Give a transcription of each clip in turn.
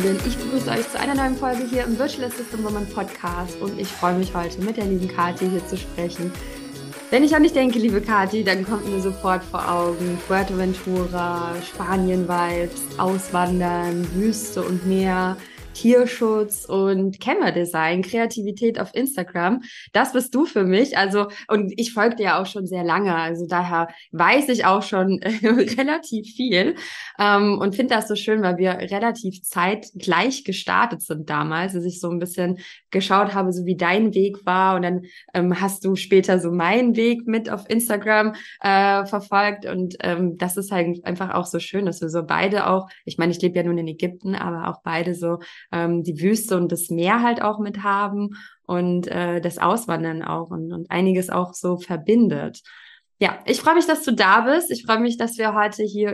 Liebenden, ich begrüße euch zu einer neuen Folge hier im Virtual Assistant Woman Podcast und ich freue mich heute mit der lieben Kathi hier zu sprechen. Wenn ich an dich denke, liebe Kathi, dann kommt mir sofort vor Augen Fuerteventura, Spanien-Vibes, Auswandern, Wüste und Meer, Tierschutz und Canva-Design, Kreativität auf Instagram. Das bist du für mich. Also, und ich folge dir ja auch schon sehr lange. Also daher weiß ich auch schon relativ viel. Und finde das so schön, weil wir relativ zeitgleich gestartet sind damals. Also ich so ein bisschen geschaut habe, so wie dein Weg war. Und dann hast du später so meinen Weg mit auf Instagram verfolgt. Und das ist halt einfach auch so schön, dass wir so beide auch, ich meine, ich lebe ja nun in Ägypten, aber auch beide so die Wüste und das Meer halt auch mit haben und das Auswandern auch und einiges auch so verbindet. Ja, ich freue mich, dass du da bist. Ich freue mich, dass wir heute hier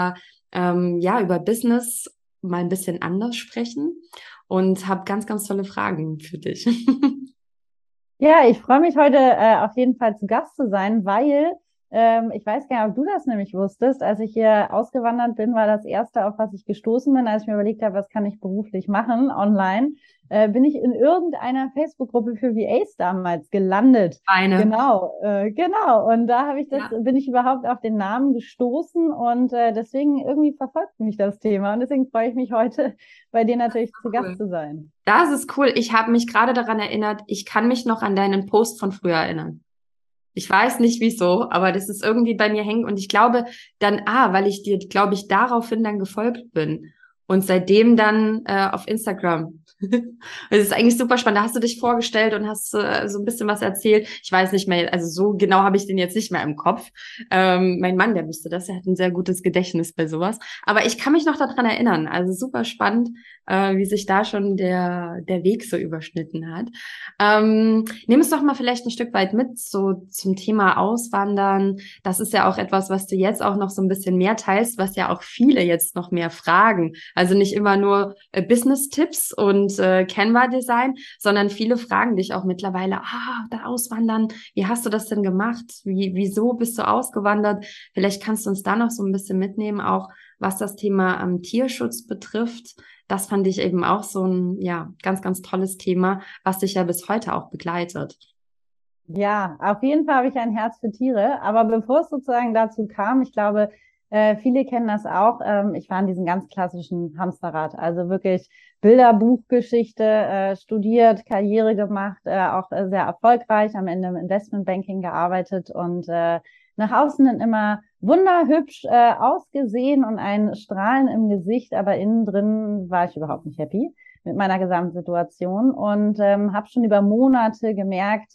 über Business mal ein bisschen anders sprechen und habe ganz, ganz tolle Fragen für dich. Ja, ich freue mich heute auf jeden Fall zu Gast zu sein, weil ich weiß gar nicht, ob du das nämlich wusstest. Als ich hier ausgewandert bin, war das Erste, auf was ich gestoßen bin, als ich mir überlegt habe, was kann ich beruflich machen online, bin ich in irgendeiner Facebook-Gruppe für VAs damals gelandet. Eine. Genau. Und da Ja, bin ich überhaupt auf den Namen gestoßen und deswegen irgendwie verfolgt mich das Thema. Und deswegen freue ich mich heute, bei dir natürlich zu Gast cool. zu sein. Das ist cool. Ich habe mich gerade daran erinnert, ich kann mich noch an deinen Post von früher erinnern. Ich weiß nicht wieso, aber das ist irgendwie bei mir hängen und ich glaube dann, weil ich dir, glaube ich, daraufhin dann gefolgt bin und seitdem dann auf Instagram. Das ist eigentlich super spannend. Da hast du dich vorgestellt und hast so ein bisschen was erzählt. Ich weiß nicht mehr, also so genau habe ich den jetzt nicht mehr im Kopf. Mein Mann, der wüsste das, er hat ein sehr gutes Gedächtnis bei sowas. Aber ich kann mich noch daran erinnern. Also super spannend, wie sich da schon der Weg so überschnitten hat. Nimm es doch mal vielleicht ein Stück weit mit, so zum Thema Auswandern. Das ist ja auch etwas, was du jetzt auch noch so ein bisschen mehr teilst, was ja auch viele jetzt noch mehr fragen. Also nicht immer nur Business-Tipps und Canva-Design, sondern viele fragen dich auch mittlerweile, da Auswandern, wie hast du das denn gemacht? Wieso bist du ausgewandert? Vielleicht kannst du uns da noch so ein bisschen mitnehmen, auch was das Thema Tierschutz betrifft. Das fand ich eben auch so ein, ja, ganz, ganz tolles Thema, was dich ja bis heute auch begleitet. Ja, auf jeden Fall habe ich ein Herz für Tiere. Aber bevor es sozusagen dazu kam, ich glaube, viele kennen das auch. Ich war in diesem ganz klassischen Hamsterrad. Also wirklich Bilderbuchgeschichte, studiert, Karriere gemacht, auch sehr erfolgreich, am Ende im Investmentbanking gearbeitet und nach außen dann immer wunderhübsch ausgesehen und ein Strahlen im Gesicht, aber innen drin war ich überhaupt nicht happy mit meiner Gesamtsituation und habe schon über Monate gemerkt,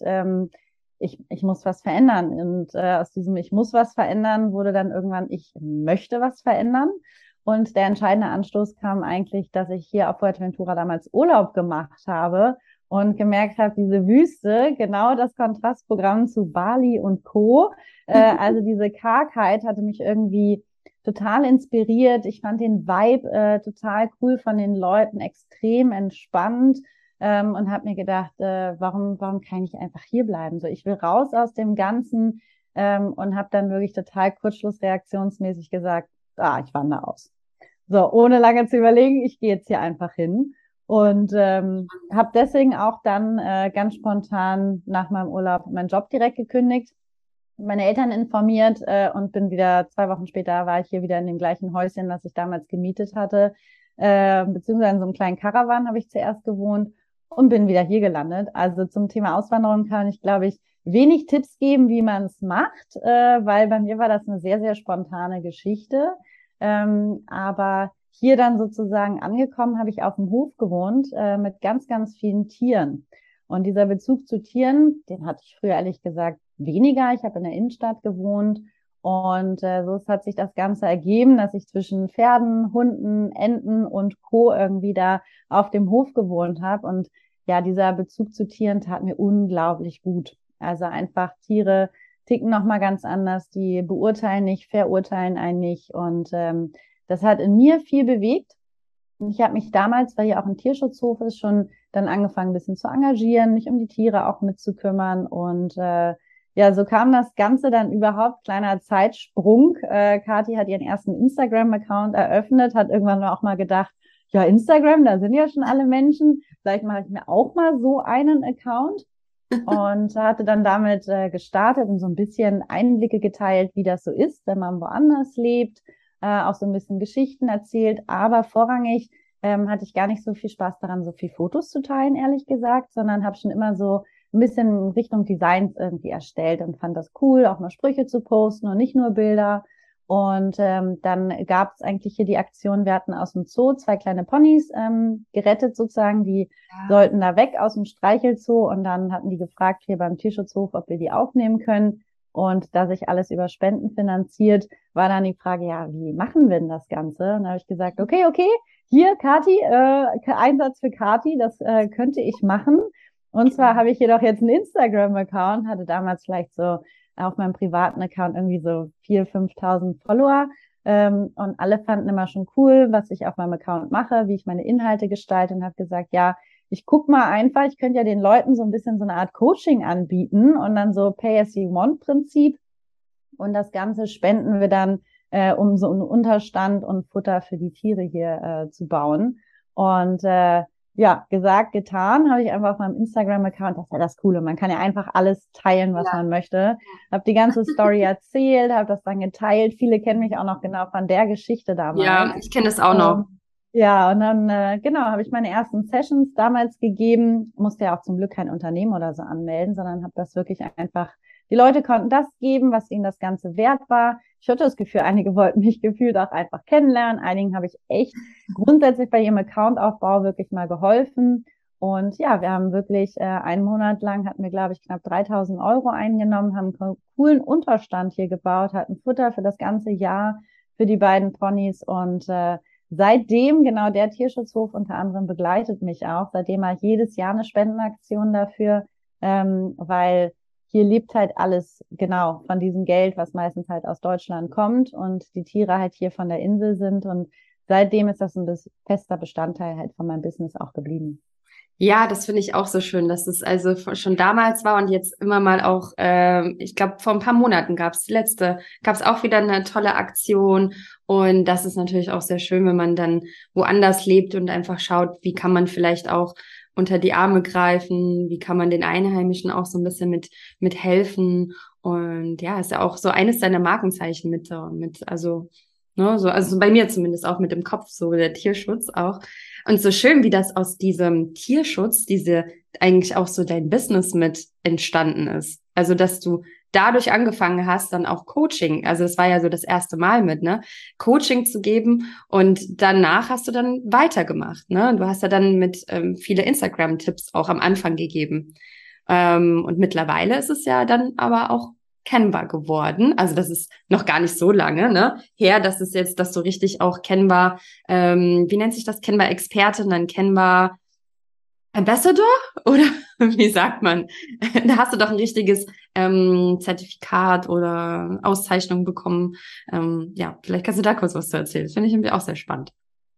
ich muss was verändern. Und aus diesem Ich muss was verändern wurde dann irgendwann Ich möchte was verändern. Und der entscheidende Anstoß kam eigentlich, dass ich hier auf Fuerteventura damals Urlaub gemacht habe und gemerkt habe, diese Wüste, genau das Kontrastprogramm zu Bali und Co. Also diese Kargheit hatte mich irgendwie total inspiriert. Ich fand den Vibe total cool von den Leuten, extrem entspannt und habe mir gedacht, warum kann ich einfach hier bleiben? So, ich will raus aus dem Ganzen und habe dann wirklich total kurzschlussreaktionsmäßig gesagt, ich wandere aus. So, ohne lange zu überlegen, ich gehe jetzt hier einfach hin. Und habe deswegen auch dann ganz spontan nach meinem Urlaub meinen Job direkt gekündigt, meine Eltern informiert und bin wieder 2 Wochen später war ich hier wieder in dem gleichen Häuschen, das ich damals gemietet hatte, beziehungsweise in so einem kleinen Caravan habe ich zuerst gewohnt und bin wieder hier gelandet. Also zum Thema Auswanderung kann ich, glaube ich, wenig Tipps geben, wie man es macht, weil bei mir war das eine sehr, sehr spontane Geschichte. Aber hier dann sozusagen angekommen, habe ich auf dem Hof gewohnt mit ganz, ganz vielen Tieren. Und dieser Bezug zu Tieren, den hatte ich früher ehrlich gesagt weniger. Ich habe in der Innenstadt gewohnt und so hat sich das Ganze ergeben, dass ich zwischen Pferden, Hunden, Enten und Co. irgendwie da auf dem Hof gewohnt habe. Und ja, dieser Bezug zu Tieren tat mir unglaublich gut. Also einfach Tiere ticken nochmal ganz anders, die beurteilen nicht, verurteilen einen nicht. Und das hat in mir viel bewegt. Ich habe mich damals, weil hier auch ein Tierschutzhof ist, schon dann angefangen, ein bisschen zu engagieren, mich um die Tiere auch mitzukümmern. Und ja, so kam das Ganze dann überhaupt, kleiner Zeitsprung. Kathi hat ihren ersten Instagram-Account eröffnet, hat irgendwann auch mal gedacht, ja, Instagram, da sind ja schon alle Menschen. Vielleicht mache ich mir auch mal so einen Account. Und hatte dann damit gestartet und so ein bisschen Einblicke geteilt, wie das so ist, wenn man woanders lebt, auch so ein bisschen Geschichten erzählt. Aber vorrangig hatte ich gar nicht so viel Spaß daran, so viel Fotos zu teilen, ehrlich gesagt, sondern habe schon immer so ein bisschen in Richtung Designs irgendwie erstellt und fand das cool, auch mal Sprüche zu posten und nicht nur Bilder. Und dann gab es eigentlich hier die Aktion, wir hatten aus dem Zoo 2 kleine Ponys gerettet sozusagen, die sollten da weg aus dem Streichelzoo und dann hatten die gefragt hier beim Tierschutzhof, ob wir die aufnehmen können. Und da sich alles über Spenden finanziert, war dann die Frage, ja, wie machen wir denn das Ganze? Und da habe ich gesagt, okay, hier, Kati, Einsatz für Kati, das könnte ich machen. Und zwar habe ich jedoch jetzt einen Instagram-Account, hatte damals vielleicht so auf meinem privaten Account irgendwie so 4.000, 5.000 Follower. Und alle fanden immer schon cool, was ich auf meinem Account mache, wie ich meine Inhalte gestalte und habe gesagt, ja, ich guck mal einfach, ich könnte ja den Leuten so ein bisschen so eine Art Coaching anbieten und dann so Pay-as-you-want-Prinzip. Und das Ganze spenden wir dann, um so einen Unterstand und Futter für die Tiere hier zu bauen. Und ja, gesagt, getan, habe ich einfach auf meinem Instagram-Account, das ist ja das Coole, man kann ja einfach alles teilen, was man möchte. Habe die ganze Story erzählt, habe das dann geteilt. Viele kennen mich auch noch genau von der Geschichte damals. Ja, ich kenne das auch noch. Ja, und dann, genau, habe ich meine ersten Sessions damals gegeben, musste ja auch zum Glück kein Unternehmen oder so anmelden, sondern habe das wirklich einfach, die Leute konnten das geben, was ihnen das Ganze wert war. Ich hatte das Gefühl, einige wollten mich gefühlt auch einfach kennenlernen, einigen habe ich echt grundsätzlich bei ihrem Accountaufbau wirklich mal geholfen. Und ja, wir haben wirklich einen Monat lang, hatten wir, glaube ich, knapp 3.000 Euro eingenommen, haben einen coolen Unterstand hier gebaut, hatten Futter für das ganze Jahr für die beiden Ponys und seitdem, genau der Tierschutzhof unter anderem begleitet mich auch, seitdem mache ich jedes Jahr eine Spendenaktion dafür, weil hier lebt halt alles genau von diesem Geld, was meistens halt aus Deutschland kommt und die Tiere halt hier von der Insel sind und seitdem ist das ein fester Bestandteil halt von meinem Business auch geblieben. Ja, das finde ich auch so schön, dass es also schon damals war und jetzt immer mal auch, ich glaube, vor ein paar Monaten gab es auch wieder eine tolle Aktion. Und das ist natürlich auch sehr schön, wenn man dann woanders lebt und einfach schaut, wie kann man vielleicht auch unter die Arme greifen, wie kann man den Einheimischen auch so ein bisschen mit helfen. Und ja, ist ja auch so eines deiner Markenzeichen also, ne, so, also bei mir zumindest auch mit dem Kopf, so der Tierschutz auch. Und so schön, wie das aus diesem Tierschutz, eigentlich auch so dein Business mit entstanden ist. Also, dass du dadurch angefangen hast, dann auch Coaching, also das war ja so das erste Mal ne, Coaching zu geben und danach hast du dann weitergemacht, ne? Du hast ja dann mit viele Instagram-Tipps auch am Anfang gegeben. Und mittlerweile ist es ja dann aber auch kennbar geworden. Also das ist noch gar nicht so lange, ne, her, dass es jetzt, dass du richtig auch kennbar, wie nennt sich das, kennbar Expertin, dann kennbar Ambassador? Oder wie sagt man? Da hast du doch ein richtiges Zertifikat oder Auszeichnung bekommen. Ja, vielleicht kannst du da kurz was zu erzählen. Das finde ich irgendwie auch sehr spannend.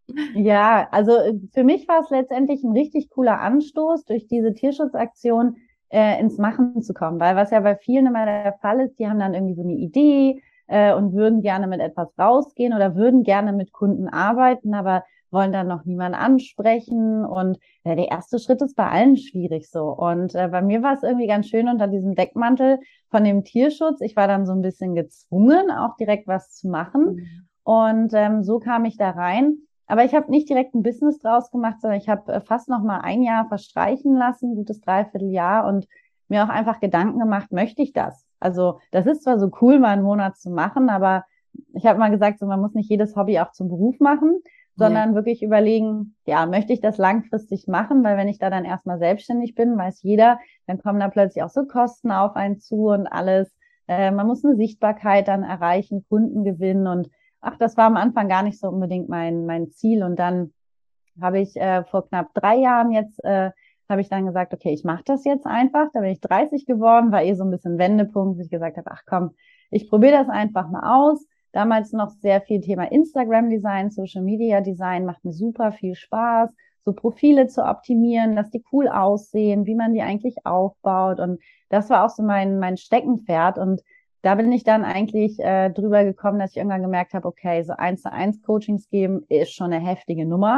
Ja, also für mich war es letztendlich ein richtig cooler Anstoß, durch diese Tierschutzaktion ins Machen zu kommen. Weil was ja bei vielen immer der Fall ist, die haben dann irgendwie so eine Idee und würden gerne mit etwas rausgehen oder würden gerne mit Kunden arbeiten, aber wollen dann noch niemanden ansprechen. Und der erste Schritt ist bei allen schwierig so. Und bei mir war es irgendwie ganz schön unter diesem Deckmantel von dem Tierschutz. Ich war dann so ein bisschen gezwungen, auch direkt was zu machen. Und so kam ich da rein. Aber ich habe nicht direkt ein Business draus gemacht, sondern ich habe fast noch mal ein Jahr verstreichen lassen, gutes Dreivierteljahr und mir auch einfach Gedanken gemacht, möchte ich das? Also das ist zwar so cool, mal einen Monat zu machen, aber ich habe mal gesagt, so man muss nicht jedes Hobby auch zum Beruf machen, sondern wirklich überlegen, ja, möchte ich das langfristig machen? Weil wenn ich da dann erstmal selbstständig bin, weiß jeder, dann kommen da plötzlich auch so Kosten auf einen zu und alles. Man muss eine Sichtbarkeit dann erreichen, Kunden gewinnen und ach, das war am Anfang gar nicht so unbedingt mein Ziel. Und dann habe ich vor knapp 3 Jahren jetzt, habe ich dann gesagt, okay, ich mache das jetzt einfach. Da bin ich 30 geworden, war so ein bisschen Wendepunkt, wo ich gesagt habe, ach komm, ich probiere das einfach mal aus. Damals noch sehr viel Thema Instagram-Design, Social-Media-Design, macht mir super viel Spaß, so Profile zu optimieren, dass die cool aussehen, wie man die eigentlich aufbaut. Und das war auch so mein Steckenpferd. Und da bin ich dann eigentlich drüber gekommen, dass ich irgendwann gemerkt habe, okay, so 1:1 Coachings geben ist schon eine heftige Nummer.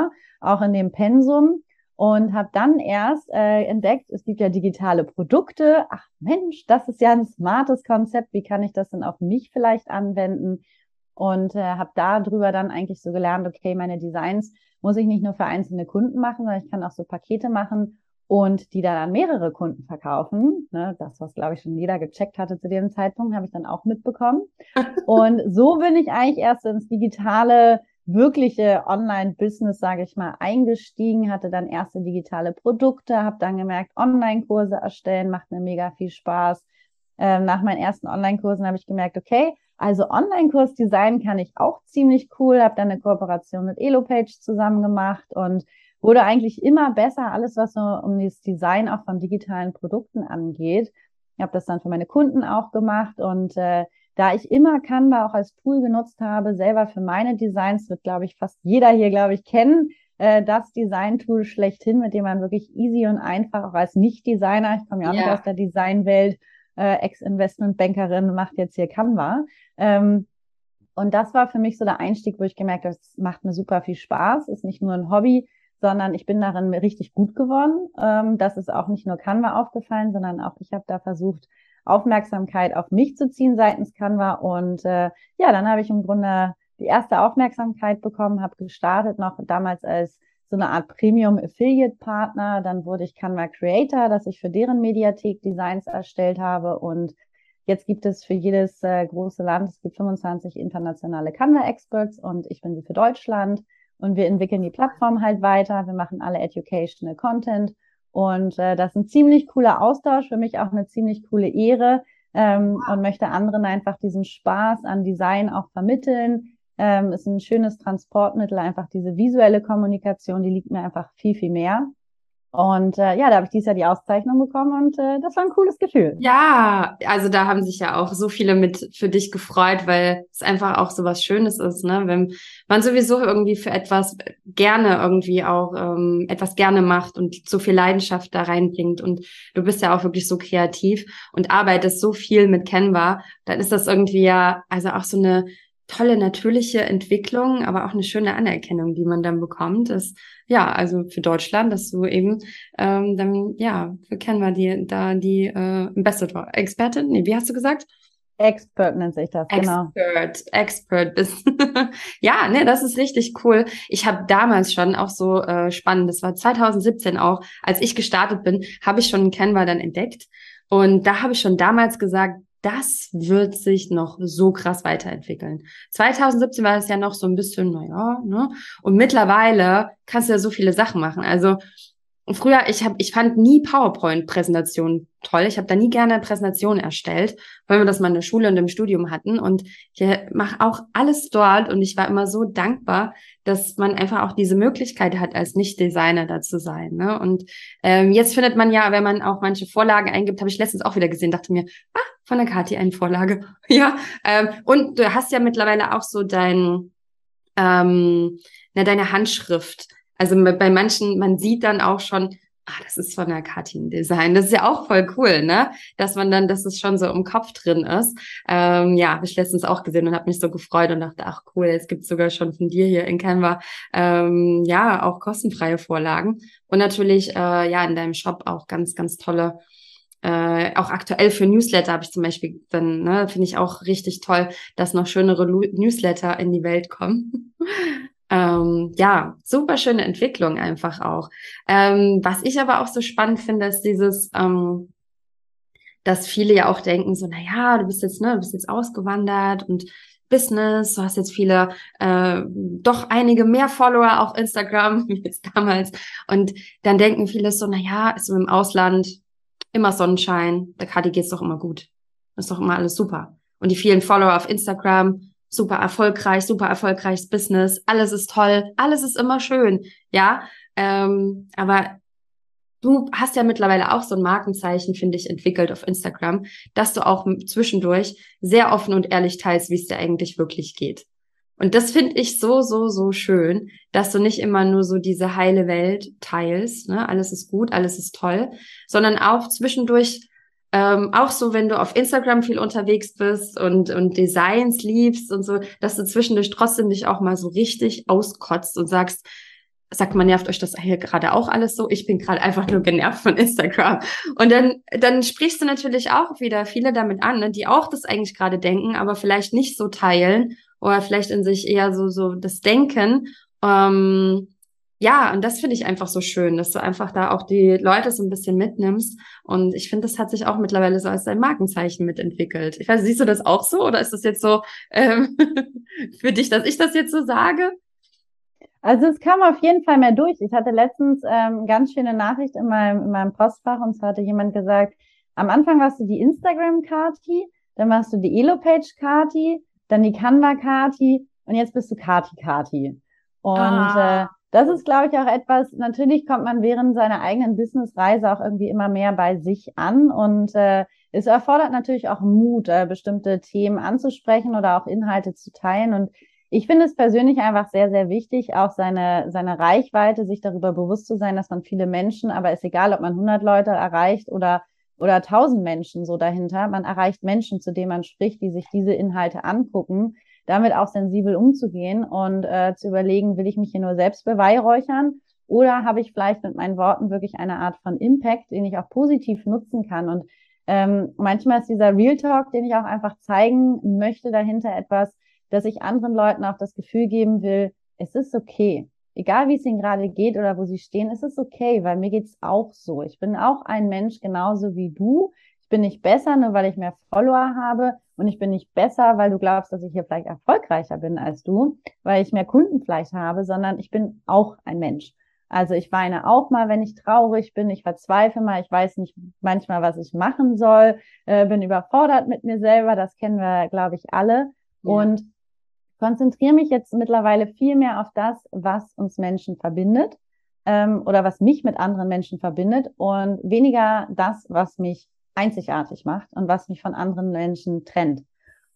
auch in dem Pensum. Und habe dann erst entdeckt, es gibt ja digitale Produkte. Ach Mensch, das ist ja ein smartes Konzept. Wie kann ich das denn auf mich vielleicht anwenden? Und habe darüber dann eigentlich so gelernt, okay, meine Designs muss ich nicht nur für einzelne Kunden machen, sondern ich kann auch so Pakete machen und die dann an mehrere Kunden verkaufen. Ne, das, was, glaube ich, schon jeder gecheckt hatte zu dem Zeitpunkt, habe ich dann auch mitbekommen. Und so bin ich eigentlich erst ins digitale, wirkliche Online-Business, sage ich mal, eingestiegen, hatte dann erste digitale Produkte, habe dann gemerkt, Online-Kurse erstellen macht mir mega viel Spaß. Nach meinen ersten Online-Kursen habe ich gemerkt, okay, also Online-Kurs designen kann ich auch ziemlich cool, habe dann eine Kooperation mit Elopage zusammen gemacht und wurde eigentlich immer besser, alles was so um das Design auch von digitalen Produkten angeht. Ich habe das dann für meine Kunden auch gemacht und da ich immer Canva auch als Tool genutzt habe, selber für meine Designs, wird, glaube ich, fast jeder hier, glaube ich, kennen, das Design-Tool schlechthin, mit dem man wirklich easy und einfach, auch als Nicht-Designer, ich komme ja auch nicht aus der Designwelt, Ex-Investmentbankerin, macht jetzt hier Canva. Und das war für mich so der Einstieg, wo ich gemerkt habe, es macht mir super viel Spaß, ist nicht nur ein Hobby, sondern ich bin darin richtig gut geworden. Das ist auch nicht nur Canva aufgefallen, sondern auch ich habe da versucht, Aufmerksamkeit auf mich zu ziehen seitens Canva. Und ja, dann habe ich im Grunde die erste Aufmerksamkeit bekommen, habe gestartet noch damals als so eine Art Premium Affiliate Partner. Dann wurde ich Canva Creator, dass ich für deren Mediathek Designs erstellt habe. Und jetzt gibt es für jedes große Land, es gibt 25 internationale Canva Experts und ich bin sie für Deutschland. Und wir entwickeln die Plattform halt weiter. Wir machen alle Educational Content. Und das ist ein ziemlich cooler Austausch, für mich auch eine ziemlich coole Ehre und möchte anderen einfach diesen Spaß an Design auch vermitteln. Ist ein schönes Transportmittel, einfach diese visuelle Kommunikation, die liegt mir einfach viel, viel mehr. Und ja, da habe ich dieses Jahr die Auszeichnung bekommen und das war ein cooles Gefühl. Ja, also da haben sich ja auch so viele mit für dich gefreut, weil es einfach auch so was Schönes ist, ne? Wenn man sowieso irgendwie für etwas gerne irgendwie auch etwas gerne macht und so viel Leidenschaft da reinbringt und du bist ja auch wirklich so kreativ und arbeitest so viel mit Canva, dann ist das irgendwie ja also auch so eine tolle natürliche Entwicklung, aber auch eine schöne Anerkennung, die man dann bekommt. Ist ja also für Deutschland, dass du eben dann ja für Canva die Ambassador Expertin, nee, wie hast du gesagt? Expert nennt sich das, genau. Expert bist. Ja, ne, das ist richtig cool. Ich habe damals schon auch so spannend, das war 2017 auch, als ich gestartet bin, habe ich schon Canva dann entdeckt und da habe ich schon damals gesagt, das wird sich noch so krass weiterentwickeln. 2017 war das ja noch so ein bisschen, naja, ne? Und mittlerweile kannst du ja so viele Sachen machen. Also früher, ich fand nie PowerPoint-Präsentationen toll. Ich habe da nie gerne Präsentationen erstellt, weil wir das mal in der Schule und im Studium hatten. Und ich mache auch alles dort und ich war immer so dankbar, dass man einfach auch diese Möglichkeit hat, als Nicht-Designer da zu sein. Ne? Und jetzt findet man ja, wenn man auch manche Vorlagen eingibt, habe ich letztens auch wieder gesehen, dachte mir, von der Kathi eine Vorlage. Ja, und du hast ja mittlerweile auch so deine Handschrift. Also bei manchen, man sieht dann auch schon, das ist von der Kathi Design. Das ist ja auch voll cool, ne? Dass man dann, dass es schon so im Kopf drin ist. Ja, habe ich letztens auch gesehen und habe mich so gefreut und dachte, ach cool, es gibt sogar schon von dir hier in Canva ja auch kostenfreie Vorlagen. Und natürlich ja in deinem Shop auch ganz, ganz tolle auch aktuell für Newsletter habe ich zum Beispiel dann, ne, finde ich auch richtig toll, dass noch schönere Newsletter in die Welt kommen. Ja, super schöne Entwicklung einfach auch. Was ich aber auch so spannend finde, ist dieses, dass viele ja auch denken so, na ja, du bist jetzt ausgewandert und Business, du hast jetzt viele, doch einige mehr Follower auf Instagram wie jetzt damals. Und dann denken viele so, na ja, ist so im Ausland immer Sonnenschein, der Kati geht's doch immer gut. Ist doch immer alles super. Und die vielen Follower auf Instagram, super erfolgreiches Business, alles ist toll, alles ist immer schön, ja. Aber du hast ja mittlerweile auch so ein Markenzeichen, finde ich, entwickelt auf Instagram, dass du auch zwischendurch sehr offen und ehrlich teilst, wie es dir eigentlich wirklich geht. Und das finde ich so, so, so schön, dass du nicht immer nur so diese heile Welt teilst, ne? Alles ist gut, alles ist toll, sondern auch zwischendurch, auch so, wenn du auf Instagram viel unterwegs bist und Designs liebst und so, dass du zwischendurch trotzdem dich auch mal so richtig auskotzt und sagst, sagt man, nervt euch das hier gerade auch alles so? Ich bin gerade einfach nur genervt von Instagram. Und dann sprichst du natürlich auch wieder viele damit an, ne, die auch das eigentlich gerade denken, aber vielleicht nicht so teilen oder vielleicht in sich eher so das Denken. Ja, und das finde ich einfach so schön, dass du einfach da auch die Leute so ein bisschen mitnimmst. Und ich finde, das hat sich auch mittlerweile so als ein Markenzeichen mitentwickelt. Ich weiß, siehst du das auch so oder ist das jetzt so für dich, dass ich das jetzt so sage? Also es kam auf jeden Fall mehr durch. Ich hatte letztens ganz schöne Nachricht in meinem Postfach, und zwar hatte jemand gesagt, am Anfang warst du die Instagram-Kati, dann warst du die Elo-Page-Kati, dann die Canva-Kati und jetzt bist du Kati-Kati. Und Ah, das ist, glaube ich, auch etwas, natürlich kommt man während seiner eigenen Businessreise auch irgendwie immer mehr bei sich an, und es erfordert natürlich auch Mut, bestimmte Themen anzusprechen oder auch Inhalte zu teilen. Und ich finde es persönlich einfach sehr, sehr wichtig, auch seine Reichweite, sich darüber bewusst zu sein, dass man viele Menschen, aber ist egal, ob man 100 Leute erreicht oder 1000 Menschen so dahinter, man erreicht Menschen, zu denen man spricht, die sich diese Inhalte angucken, damit auch sensibel umzugehen und zu überlegen, will ich mich hier nur selbst beweihräuchern oder habe ich vielleicht mit meinen Worten wirklich eine Art von Impact, den ich auch positiv nutzen kann. Und manchmal ist dieser Real Talk, den ich auch einfach zeigen möchte, dahinter etwas, dass ich anderen Leuten auch das Gefühl geben will, es ist okay. Egal wie es ihnen gerade geht oder wo sie stehen, es ist okay, weil mir geht's auch so. Ich bin auch ein Mensch genauso wie du. Ich bin nicht besser, nur weil ich mehr Follower habe. Und ich bin nicht besser, weil du glaubst, dass ich hier vielleicht erfolgreicher bin als du, weil ich mehr Kunden vielleicht habe, sondern ich bin auch ein Mensch. Also ich weine auch mal, wenn ich traurig bin. Ich verzweifle mal. Ich weiß nicht manchmal, was ich machen soll. Bin überfordert mit mir selber. Das kennen wir, glaube ich, alle. ja. Und konzentriere mich jetzt mittlerweile viel mehr auf das, was uns Menschen verbindet, oder was mich mit anderen Menschen verbindet, und weniger das, was mich einzigartig macht und was mich von anderen Menschen trennt.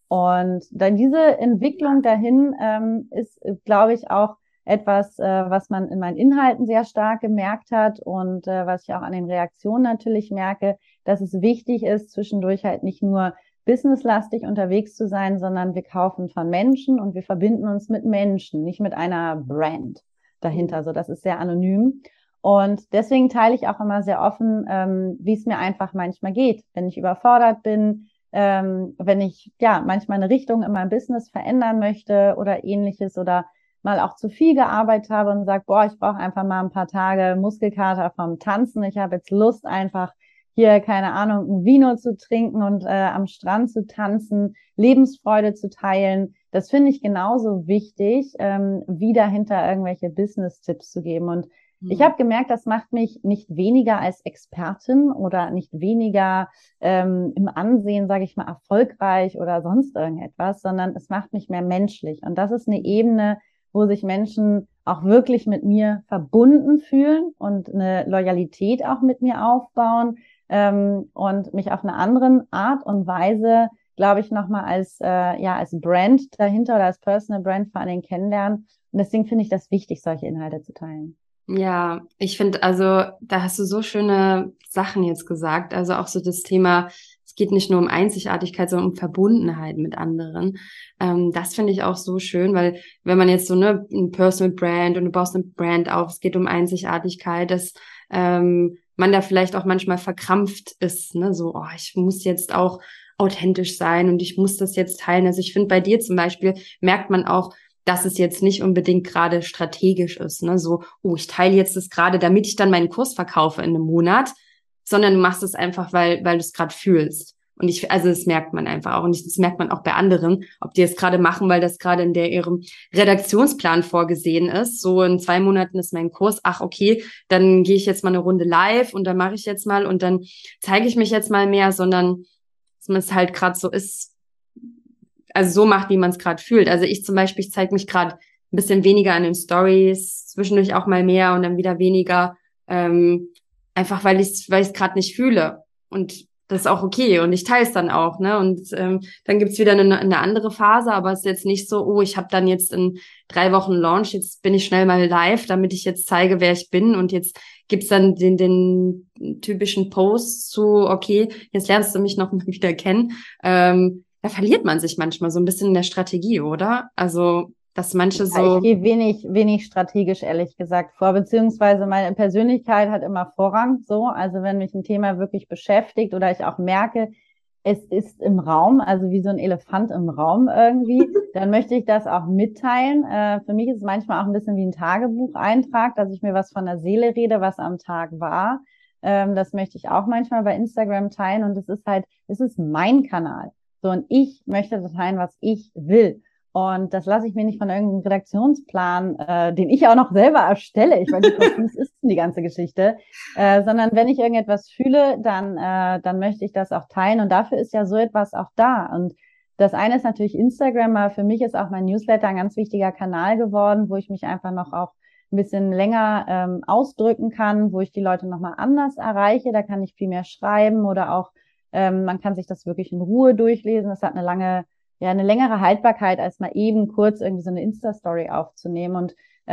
Und dann diese Entwicklung dahin ist, glaube ich, auch etwas, was man in meinen Inhalten sehr stark gemerkt hat und was ich auch an den Reaktionen natürlich merke, dass es wichtig ist, zwischendurch halt nicht nur businesslastig unterwegs zu sein, sondern wir kaufen von Menschen und wir verbinden uns mit Menschen, nicht mit einer Brand dahinter. So, das ist sehr anonym. Und deswegen teile ich auch immer sehr offen, wie es mir einfach manchmal geht, wenn ich überfordert bin, wenn ich ja manchmal eine Richtung in meinem Business verändern möchte oder ähnliches oder mal auch zu viel gearbeitet habe und sage, boah, ich brauche einfach mal ein paar Tage Muskelkater vom Tanzen. Ich habe jetzt Lust, einfach hier, keine Ahnung, ein Vino zu trinken und am Strand zu tanzen, Lebensfreude zu teilen. Das finde ich genauso wichtig, wie dahinter irgendwelche Business-Tipps zu geben. Und ich Hm. habe gemerkt, das macht mich nicht weniger als Expertin oder nicht weniger im Ansehen, sage ich mal, erfolgreich oder sonst irgendetwas, sondern es macht mich mehr menschlich. Und das ist eine Ebene, wo sich Menschen auch wirklich mit mir verbunden fühlen und eine Loyalität auch mit mir aufbauen, und mich auf eine andere Art und Weise, glaube ich, nochmal als Brand dahinter oder als Personal Brand vor allen Dingen kennenlernen. Und deswegen finde ich das wichtig, solche Inhalte zu teilen. Ja, ich finde, also da hast du so schöne Sachen jetzt gesagt. Also auch so das Thema, es geht nicht nur um Einzigartigkeit, sondern um Verbundenheit mit anderen. Das finde ich auch so schön, weil wenn man jetzt so ein Personal Brand und du baust eine Brand auf, es geht um Einzigartigkeit, dass man da vielleicht auch manchmal verkrampft ist, ne? So, oh, ich muss jetzt auch authentisch sein und ich muss das jetzt teilen. Also ich finde, bei dir zum Beispiel merkt man auch, dass es jetzt nicht unbedingt gerade strategisch ist, ne? So, oh, ich teile jetzt das gerade, damit ich dann meinen Kurs verkaufe in einem Monat, sondern du machst es einfach, weil du es gerade fühlst. Und also das merkt man einfach auch. Und das merkt man auch bei anderen, ob die es gerade machen, weil das gerade in ihrem Redaktionsplan vorgesehen ist. So in 2 Monaten ist mein Kurs. Ach, okay, dann gehe ich jetzt mal eine Runde live und dann mache ich jetzt mal und dann zeige ich mich jetzt mal mehr, sondern dass man es halt gerade so ist, also so macht, wie man es gerade fühlt. Also ich zum Beispiel, ich zeige mich gerade ein bisschen weniger an den Stories, zwischendurch auch mal mehr und dann wieder weniger, einfach weil ich es gerade nicht fühle. Und das ist auch okay und ich teile es dann auch, ne? Und dann gibt's wieder eine andere Phase, aber es ist jetzt nicht so, oh, ich habe dann jetzt in 3 Wochen Launch, jetzt bin ich schnell mal live, damit ich jetzt zeige, wer ich bin und jetzt gibt's dann den typischen Post zu, okay, jetzt lernst du mich noch mal wieder kennen. Da verliert man sich manchmal so ein bisschen in der Strategie, oder? Also dass manche Ja, so, ich gehe wenig strategisch, ehrlich gesagt, vor, beziehungsweise meine Persönlichkeit hat immer Vorrang, so. Also wenn mich ein Thema wirklich beschäftigt oder ich auch merke, es ist im Raum, also wie so ein Elefant im Raum irgendwie, dann möchte ich das auch mitteilen. Für mich ist es manchmal auch ein bisschen wie ein Tagebucheintrag, dass ich mir was von der Seele rede, was am Tag war. Das möchte ich auch manchmal bei Instagram teilen und es ist mein Kanal. So, und ich möchte da teilen, was ich will. Und das lasse ich mir nicht von irgendeinem Redaktionsplan, den ich auch noch selber erstelle. Ich meine, wie konfus ist denn die ganze Geschichte? Sondern wenn ich irgendetwas fühle, dann möchte ich das auch teilen. Und dafür ist ja so etwas auch da. Und das eine ist natürlich Instagram, aber für mich ist auch mein Newsletter ein ganz wichtiger Kanal geworden, wo ich mich einfach noch auch ein bisschen länger ausdrücken kann, wo ich die Leute nochmal anders erreiche. Da kann ich viel mehr schreiben oder auch man kann sich das wirklich in Ruhe durchlesen. Das hat eine längere Haltbarkeit, als mal eben kurz irgendwie so eine Insta-Story aufzunehmen. Und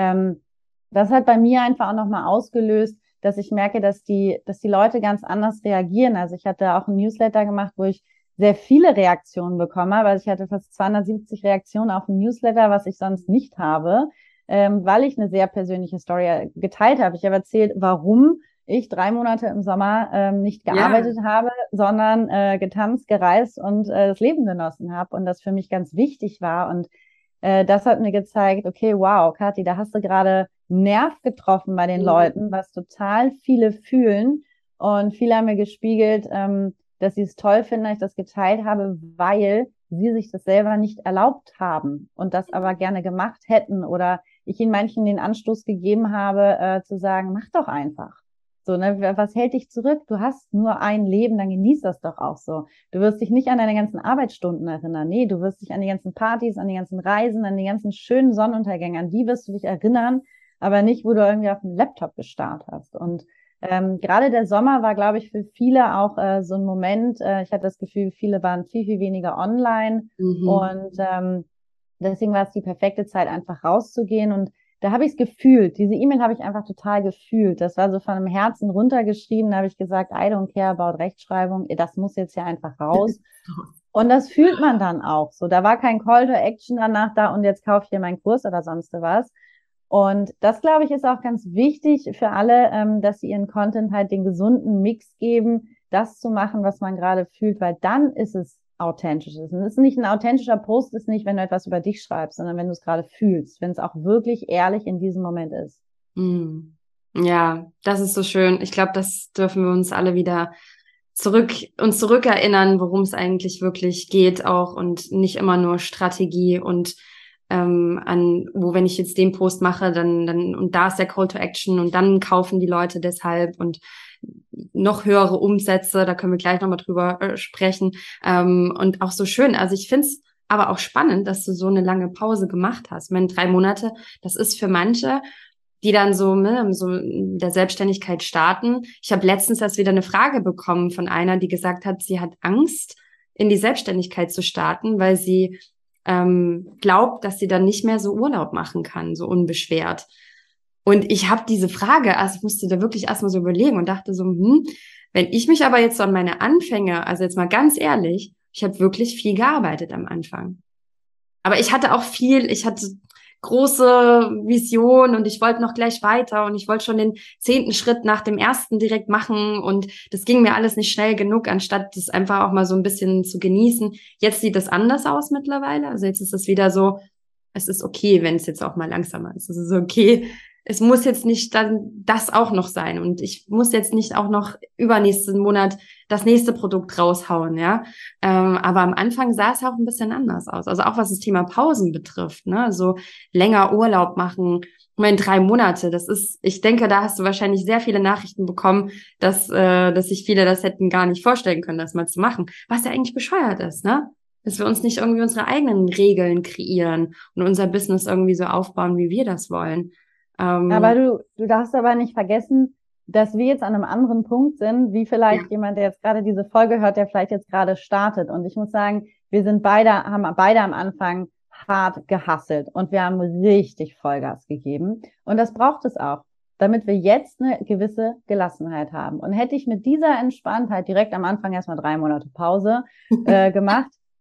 das hat bei mir einfach auch nochmal ausgelöst, dass ich merke, dass die Leute ganz anders reagieren. Also ich hatte auch ein Newsletter gemacht, wo ich sehr viele Reaktionen bekomme, weil ich hatte fast 270 Reaktionen auf ein Newsletter, was ich sonst nicht habe, weil ich eine sehr persönliche Story geteilt habe. Ich habe erzählt, warum ich 3 Monate im Sommer nicht ja, gearbeitet habe, sondern getanzt, gereist und das Leben genossen habe und das für mich ganz wichtig war. Und das hat mir gezeigt, okay, wow, Kathi, da hast du gerade einen Nerv getroffen bei den Leuten, was total viele fühlen. Und viele haben mir gespiegelt, dass sie es toll finden, dass ich das geteilt habe, weil sie sich das selber nicht erlaubt haben und das aber gerne gemacht hätten oder ich ihnen manchen den Anstoß gegeben habe, zu sagen, mach doch einfach. So, ne, was hält dich zurück? Du hast nur ein Leben, dann genieß das doch auch so. Du wirst dich nicht an deine ganzen Arbeitsstunden erinnern. Nee, du wirst dich an die ganzen Partys, an die ganzen Reisen, an die ganzen schönen Sonnenuntergänge, an die wirst du dich erinnern, aber nicht, wo du irgendwie auf dem Laptop gestarrt hast. Und gerade der Sommer war, glaube ich, für viele auch so ein Moment. Ich hatte das Gefühl, viele waren viel weniger online mhm. und deswegen war es die perfekte Zeit, einfach rauszugehen und da habe ich es gefühlt. Diese E-Mail habe ich einfach total gefühlt. Das war so von einem Herzen runtergeschrieben. Da habe ich gesagt, I don't care about Rechtschreibung. Das muss jetzt ja einfach raus. Und das fühlt man dann auch so. Da war kein Call to Action danach da und jetzt kaufe ich hier meinen Kurs oder sonst was. Und das, glaube ich, ist auch ganz wichtig für alle, dass sie ihren Content halt den gesunden Mix geben, das zu machen, was man gerade fühlt, weil dann ist es authentisch. Es ist nicht ein authentischer Post, ist nicht, wenn du etwas über dich schreibst, sondern wenn du es gerade fühlst, wenn es auch wirklich ehrlich in diesem Moment ist. Mhm. Ja, das ist so schön. Ich glaube, das dürfen wir uns alle wieder uns zurückerinnern, worum es eigentlich wirklich geht auch und nicht immer nur Strategie und wenn ich jetzt den Post mache, und da ist der Call to Action und dann kaufen die Leute deshalb und noch höhere Umsätze, da können wir gleich nochmal drüber sprechen. Und auch so schön. Also ich finde es aber auch spannend, dass du so eine lange Pause gemacht hast. Ich meine, 3 Monate, das ist für manche, die dann so in der Selbstständigkeit starten. Ich habe letztens erst wieder eine Frage bekommen von einer, die gesagt hat, sie hat Angst, in die Selbstständigkeit zu starten, weil sie glaubt, dass sie dann nicht mehr so Urlaub machen kann, so unbeschwert. Und ich habe diese Frage, also ich musste da wirklich erstmal so überlegen und dachte so, wenn ich mich aber jetzt so an meine Anfänge, also jetzt mal ganz ehrlich, ich habe wirklich viel gearbeitet am Anfang. Aber ich hatte große Vision und ich wollte noch gleich weiter und ich wollte schon den 10. Schritt nach dem ersten direkt machen und das ging mir alles nicht schnell genug, anstatt das einfach auch mal so ein bisschen zu genießen. Jetzt sieht das anders aus mittlerweile. Also jetzt ist es wieder so, es ist okay, wenn es jetzt auch mal langsamer ist. Es ist okay. Es muss jetzt nicht dann das auch noch sein und ich muss jetzt nicht auch noch übernächsten Monat das nächste Produkt raushauen, ja. Aber am Anfang sah es auch ein bisschen anders aus. Also auch was das Thema Pausen betrifft, ne? So länger Urlaub machen. Ich meine, 3 Monate, ich denke, da hast du wahrscheinlich sehr viele Nachrichten bekommen, dass sich viele das hätten gar nicht vorstellen können, das mal zu machen. Was ja eigentlich bescheuert ist, ne? Dass wir uns nicht irgendwie unsere eigenen Regeln kreieren und unser Business irgendwie so aufbauen, wie wir das wollen. Aber Ähm, du darfst aber nicht vergessen, dass wir jetzt an einem anderen Punkt sind, wie ja. vielleicht jemand, der jetzt gerade diese Folge hört, der vielleicht jetzt gerade startet. Und ich muss sagen, haben beide am Anfang hart gehasselt und wir haben richtig Vollgas gegeben. Und das braucht es auch, damit wir jetzt eine gewisse Gelassenheit haben. Und hätte ich mit dieser Entspanntheit direkt am Anfang erstmal 3 Monate Pause gemacht,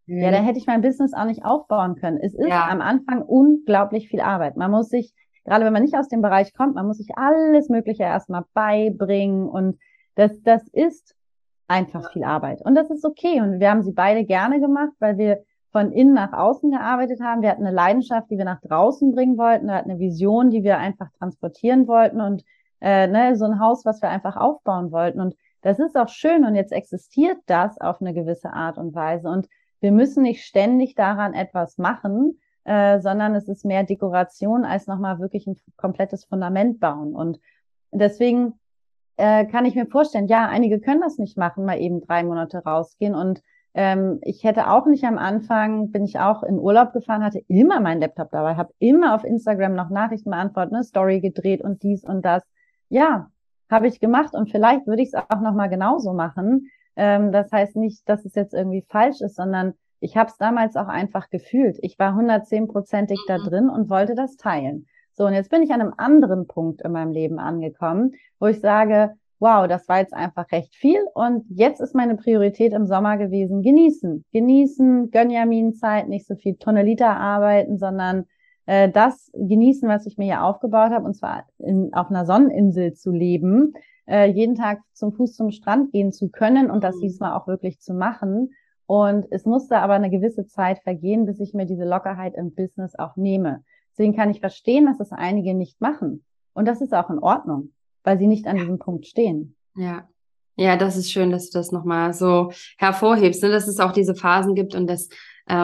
ja, dann hätte ich mein Business auch nicht aufbauen können. Es ist Ja, am Anfang unglaublich viel Arbeit. Man muss sich, gerade wenn man nicht aus dem Bereich kommt, man muss sich alles Mögliche erstmal beibringen und das ist einfach viel Arbeit. Und das ist okay. Und wir haben sie beide gerne gemacht, weil wir von innen nach außen gearbeitet haben. Wir hatten eine Leidenschaft, die wir nach draußen bringen wollten. Wir hatten eine Vision, die wir einfach transportieren wollten und so ein Haus, was wir einfach aufbauen wollten. Und das ist auch schön. Und jetzt existiert das auf eine gewisse Art und Weise. Und wir müssen nicht ständig daran etwas machen, sondern es ist mehr Dekoration als nochmal wirklich ein komplettes Fundament bauen. Und deswegen kann ich mir vorstellen, ja, einige können das nicht machen, mal eben 3 Monate rausgehen. Und ich hätte auch nicht am Anfang, bin ich auch in Urlaub gefahren, hatte immer meinen Laptop dabei, habe immer auf Instagram noch Nachrichten beantwortet, eine Story gedreht und dies und das. Ja, habe ich gemacht und vielleicht würde ich es auch nochmal genauso machen. Das heißt nicht, dass es jetzt irgendwie falsch ist, sondern ich habe es damals auch einfach gefühlt. Ich war 110%ig da drin und wollte das teilen. So, und jetzt bin ich an einem anderen Punkt in meinem Leben angekommen, wo ich sage, wow, das war jetzt einfach recht viel und jetzt ist meine Priorität im Sommer gewesen, genießen. Genießen, Gönjamin-Zeit, nicht so viel Tunnelita arbeiten, sondern das genießen, was ich mir hier aufgebaut habe, und zwar auf einer Sonneninsel zu leben, jeden Tag zum Fuß zum Strand gehen zu können und das diesmal auch wirklich zu machen. Und es musste aber eine gewisse Zeit vergehen, bis ich mir diese Lockerheit im Business auch nehme. Deswegen kann ich verstehen, dass das einige nicht machen. Und das ist auch in Ordnung, weil sie nicht an diesem Punkt stehen. ja. Ja, das ist schön, dass du das nochmal so hervorhebst, ne? Dass es auch diese Phasen gibt und das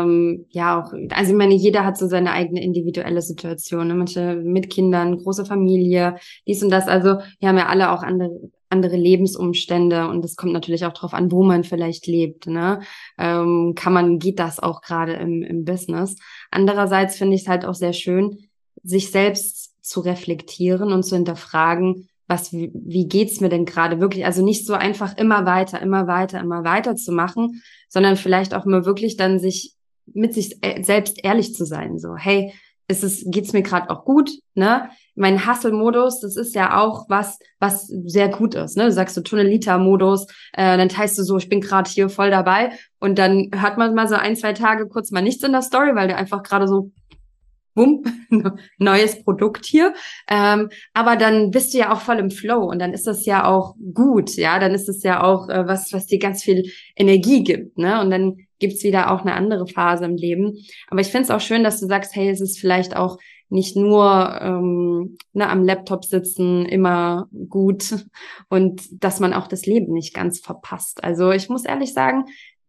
ja auch, also ich meine, jeder hat so seine eigene individuelle Situation, ne? Manche mit Kindern, große Familie, dies und das. Also wir haben ja alle auch andere Lebensumstände und es kommt natürlich auch drauf an, wo man vielleicht lebt, ne? Geht das auch gerade im Business. Andererseits finde ich es halt auch sehr schön, sich selbst zu reflektieren und zu hinterfragen, wie geht's mir denn gerade wirklich? Also nicht so einfach immer weiter, immer weiter, immer weiter zu machen, sondern vielleicht auch mal wirklich dann sich mit sich selbst ehrlich zu sein. So, hey, geht's mir gerade auch gut, ne? Mein Hustle-Modus, das ist ja auch was sehr gut ist, ne? Du sagst so Tunnelita-Modus, dann teilst du so, ich bin gerade hier voll dabei und dann hört man mal so 1, 2 Tage kurz mal nichts in der Story, weil du einfach gerade so bumm, neues Produkt hier. Aber dann bist du ja auch voll im Flow und dann ist das ja auch gut, ja, dann ist es ja auch was dir ganz viel Energie gibt, ne? Und dann gibt's wieder auch eine andere Phase im Leben. Aber ich finde es auch schön, dass du sagst, hey, es ist vielleicht auch nicht nur am Laptop sitzen immer gut und dass man auch das Leben nicht ganz verpasst. Also ich muss ehrlich sagen,